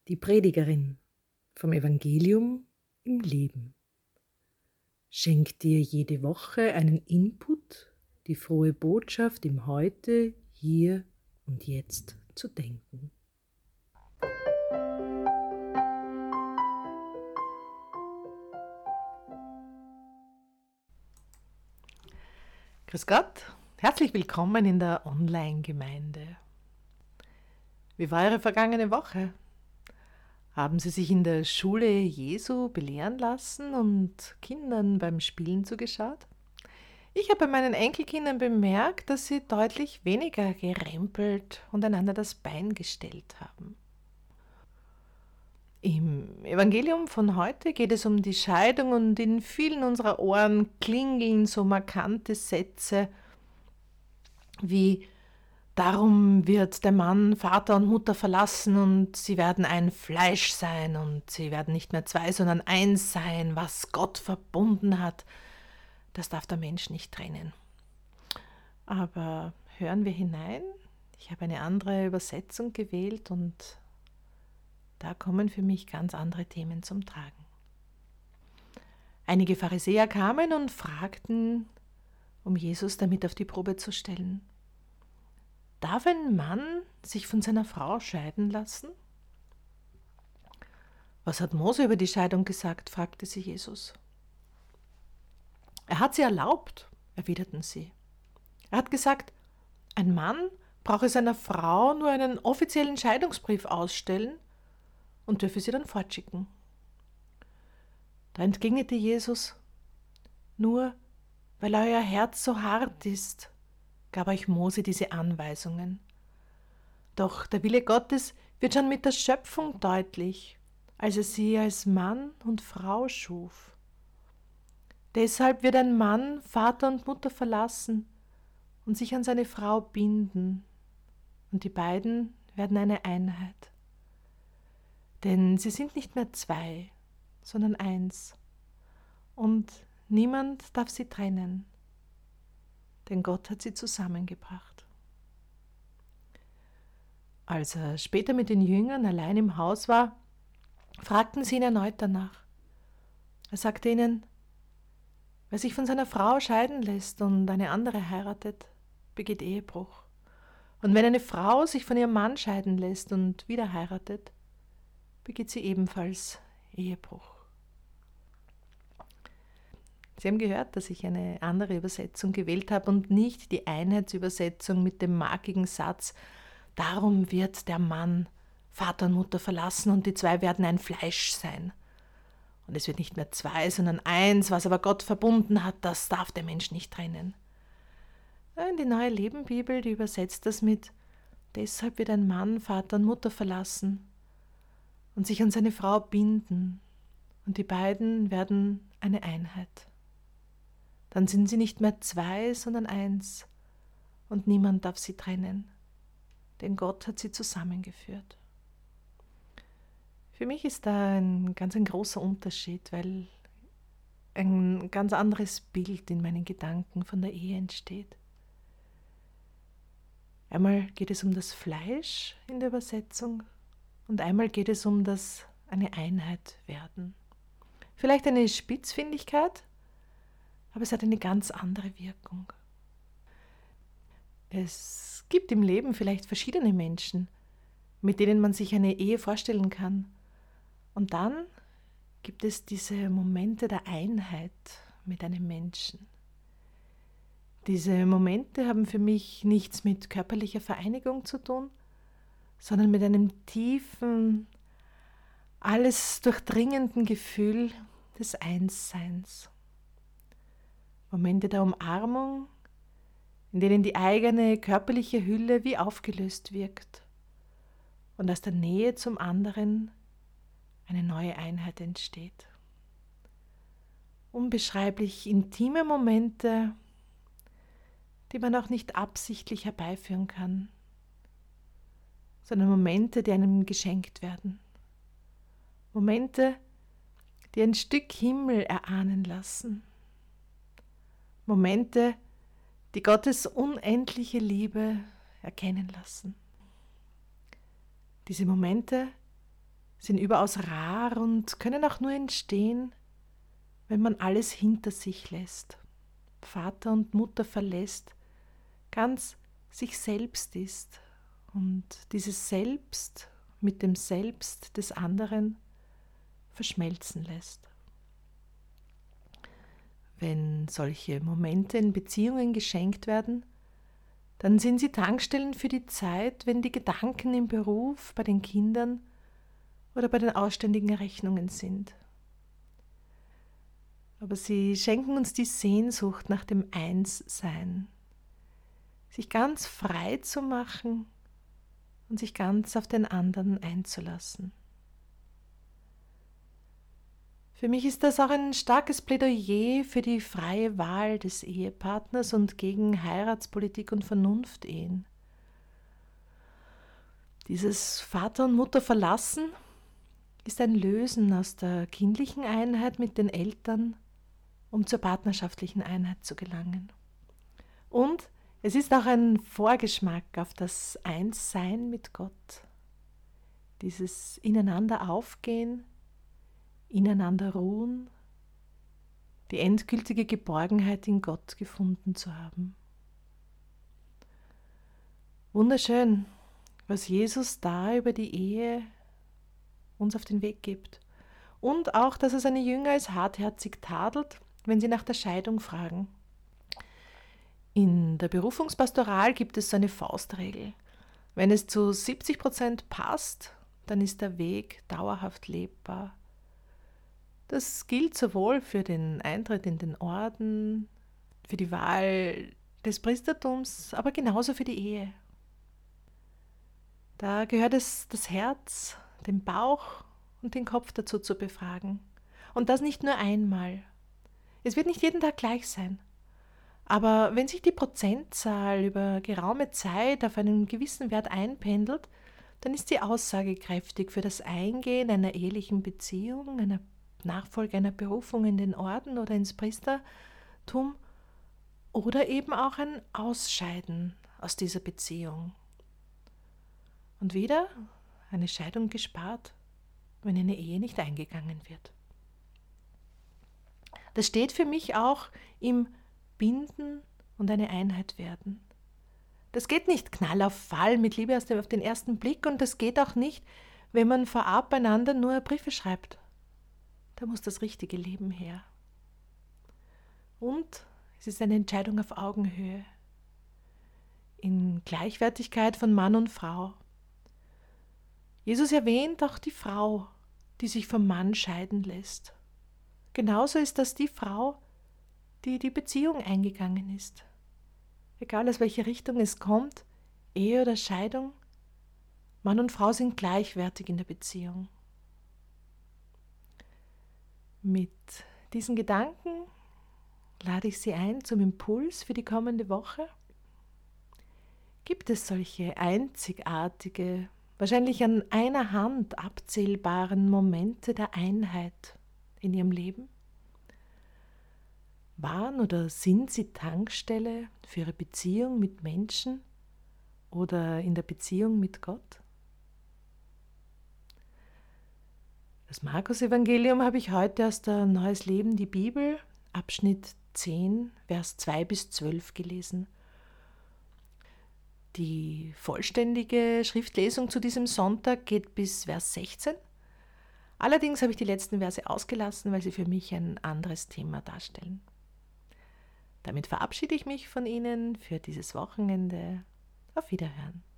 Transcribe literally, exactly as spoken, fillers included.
Die Predigerin vom Evangelium im Leben schenkt dir jede Woche einen Input, die frohe Botschaft im Heute, Hier und Jetzt zu denken. Grüß Gott, herzlich willkommen in der Online-Gemeinde. Wie war Ihre vergangene Woche? Haben Sie sich in der Schule Jesu belehren lassen und Kindern beim Spielen zugeschaut? Ich habe bei meinen Enkelkindern bemerkt, dass sie deutlich weniger gerempelt und einander das Bein gestellt haben. Im Evangelium von heute geht es um die Scheidung und in vielen unserer Ohren klingeln so markante Sätze wie: Darum wird der Mann Vater und Mutter verlassen und sie werden ein Fleisch sein und sie werden nicht mehr zwei, sondern eins sein. Was Gott verbunden hat, das darf der Mensch nicht trennen. Aber hören wir hinein? Ich habe eine andere Übersetzung gewählt und da kommen für mich ganz andere Themen zum Tragen. Einige Pharisäer kamen und fragten, um Jesus damit auf die Probe zu stellen: Darf ein Mann sich von seiner Frau scheiden lassen? Was hat Mose über die Scheidung gesagt? Fragte sie Jesus. Er hat sie erlaubt, erwiderten sie. Er hat gesagt, ein Mann brauche seiner Frau nur einen offiziellen Scheidungsbrief ausstellen und dürfe sie dann fortschicken. Da entgegnete Jesus: Nur weil euer Herz so hart ist, gab euch Mose diese Anweisungen. Doch der Wille Gottes wird schon mit der Schöpfung deutlich, als er sie als Mann und Frau schuf. Deshalb wird ein Mann Vater und Mutter verlassen und sich an seine Frau binden, und die beiden werden eine Einheit. Denn sie sind nicht mehr zwei, sondern eins, und niemand darf sie trennen, denn Gott hat sie zusammengebracht. Als er später mit den Jüngern allein im Haus war, fragten sie ihn erneut danach. Er sagte ihnen: Wer sich von seiner Frau scheiden lässt und eine andere heiratet, begeht Ehebruch. Und wenn eine Frau sich von ihrem Mann scheiden lässt und wieder heiratet, begeht sie ebenfalls Ehebruch. Sie haben gehört, dass ich eine andere Übersetzung gewählt habe und nicht die Einheitsübersetzung mit dem markigen Satz: Darum wird der Mann Vater und Mutter verlassen und die zwei werden ein Fleisch sein. Und es wird nicht mehr zwei, sondern eins, was aber Gott verbunden hat, das darf der Mensch nicht trennen. Die Neue Leben Bibel, die übersetzt das mit: Deshalb wird ein Mann Vater und Mutter verlassen und sich an seine Frau binden, und die beiden werden eine Einheit. Dann sind sie nicht mehr zwei, sondern eins, und niemand darf sie trennen, denn Gott hat sie zusammengeführt. Für mich ist da ein ganz ein großer Unterschied, weil ein ganz anderes Bild in meinen Gedanken von der Ehe entsteht. Einmal geht es um das Fleisch in der Übersetzung und einmal geht es um das eine Einheit werden. Vielleicht eine Spitzfindigkeit, aber es hat eine ganz andere Wirkung. Es gibt im Leben vielleicht verschiedene Menschen, mit denen man sich eine Ehe vorstellen kann. Und dann gibt es diese Momente der Einheit mit einem Menschen. Diese Momente haben für mich nichts mit körperlicher Vereinigung zu tun, sondern mit einem tiefen, alles durchdringenden Gefühl des Einsseins. Momente der Umarmung, in denen die eigene körperliche Hülle wie aufgelöst wirkt und aus der Nähe zum anderen eine neue Einheit entsteht. Unbeschreiblich intime Momente, die man auch nicht absichtlich herbeiführen kann, sondern Momente, die einem geschenkt werden. Momente, die ein Stück Himmel erahnen lassen. Momente, die Gottes unendliche Liebe erkennen lassen. Diese Momente sind überaus rar und können auch nur entstehen, wenn man alles hinter sich lässt, Vater und Mutter verlässt, ganz sich selbst ist und dieses Selbst mit dem Selbst des anderen verschmelzen lässt. Wenn solche Momente in Beziehungen geschenkt werden, dann sind sie Tankstellen für die Zeit, wenn die Gedanken im Beruf, bei den Kindern oder bei den ausständigen Rechnungen sind. Aber sie schenken uns die Sehnsucht nach dem Einssein, sich ganz frei zu machen und sich ganz auf den anderen einzulassen. Für mich ist das auch ein starkes Plädoyer für die freie Wahl des Ehepartners und gegen Heiratspolitik und Vernunftehen. Dieses Vater und Mutter verlassen ist ein Lösen aus der kindlichen Einheit mit den Eltern, um zur partnerschaftlichen Einheit zu gelangen. Und es ist auch ein Vorgeschmack auf das Einssein mit Gott, dieses Ineinander aufgehen, ineinander ruhen, die endgültige Geborgenheit in Gott gefunden zu haben. Wunderschön, was Jesus da über die Ehe uns auf den Weg gibt. Und auch, dass er seine Jünger als hartherzig tadelt, wenn sie nach der Scheidung fragen. In der Berufungspastoral gibt es so eine Faustregel. Wenn es zu siebzig Prozent passt, dann ist der Weg dauerhaft lebbar. Das gilt sowohl für den Eintritt in den Orden, für die Wahl des Priestertums, aber genauso für die Ehe. Da gehört es das Herz, den Bauch und den Kopf dazu zu befragen. Und das nicht nur einmal. Es wird nicht jeden Tag gleich sein. Aber wenn sich die Prozentzahl über geraume Zeit auf einen gewissen Wert einpendelt, dann ist sie aussagekräftig für das Eingehen einer ehelichen Beziehung, einer Nachfolge einer Berufung in den Orden oder ins Priestertum oder eben auch ein Ausscheiden aus dieser Beziehung. Und wieder eine Scheidung gespart, wenn eine Ehe nicht eingegangen wird. Das steht für mich auch im Binden und eine Einheit werden. Das geht nicht Knall auf Fall mit Liebe auf den ersten Blick und das geht auch nicht, wenn man vorab einander nur Briefe schreibt. Da muss das richtige Leben her. Und es ist eine Entscheidung auf Augenhöhe, in Gleichwertigkeit von Mann und Frau. Jesus erwähnt auch die Frau, die sich vom Mann scheiden lässt. Genauso ist das die Frau, die die Beziehung eingegangen ist. Egal aus welcher Richtung es kommt, Ehe oder Scheidung, Mann und Frau sind gleichwertig in der Beziehung. Mit diesen Gedanken lade ich Sie ein zum Impuls für die kommende Woche. Gibt es solche einzigartige, wahrscheinlich an einer Hand abzählbaren Momente der Einheit in Ihrem Leben? Waren oder sind Sie Tankstelle für Ihre Beziehung mit Menschen oder in der Beziehung mit Gott? Das Markus-Evangelium habe ich heute aus der Neues Leben, die Bibel, Abschnitt zehn, Vers zwei bis zwölf gelesen. Die vollständige Schriftlesung zu diesem Sonntag geht bis Vers sechzehn. Allerdings habe ich die letzten Verse ausgelassen, weil sie für mich ein anderes Thema darstellen. Damit verabschiede ich mich von Ihnen für dieses Wochenende. Auf Wiederhören.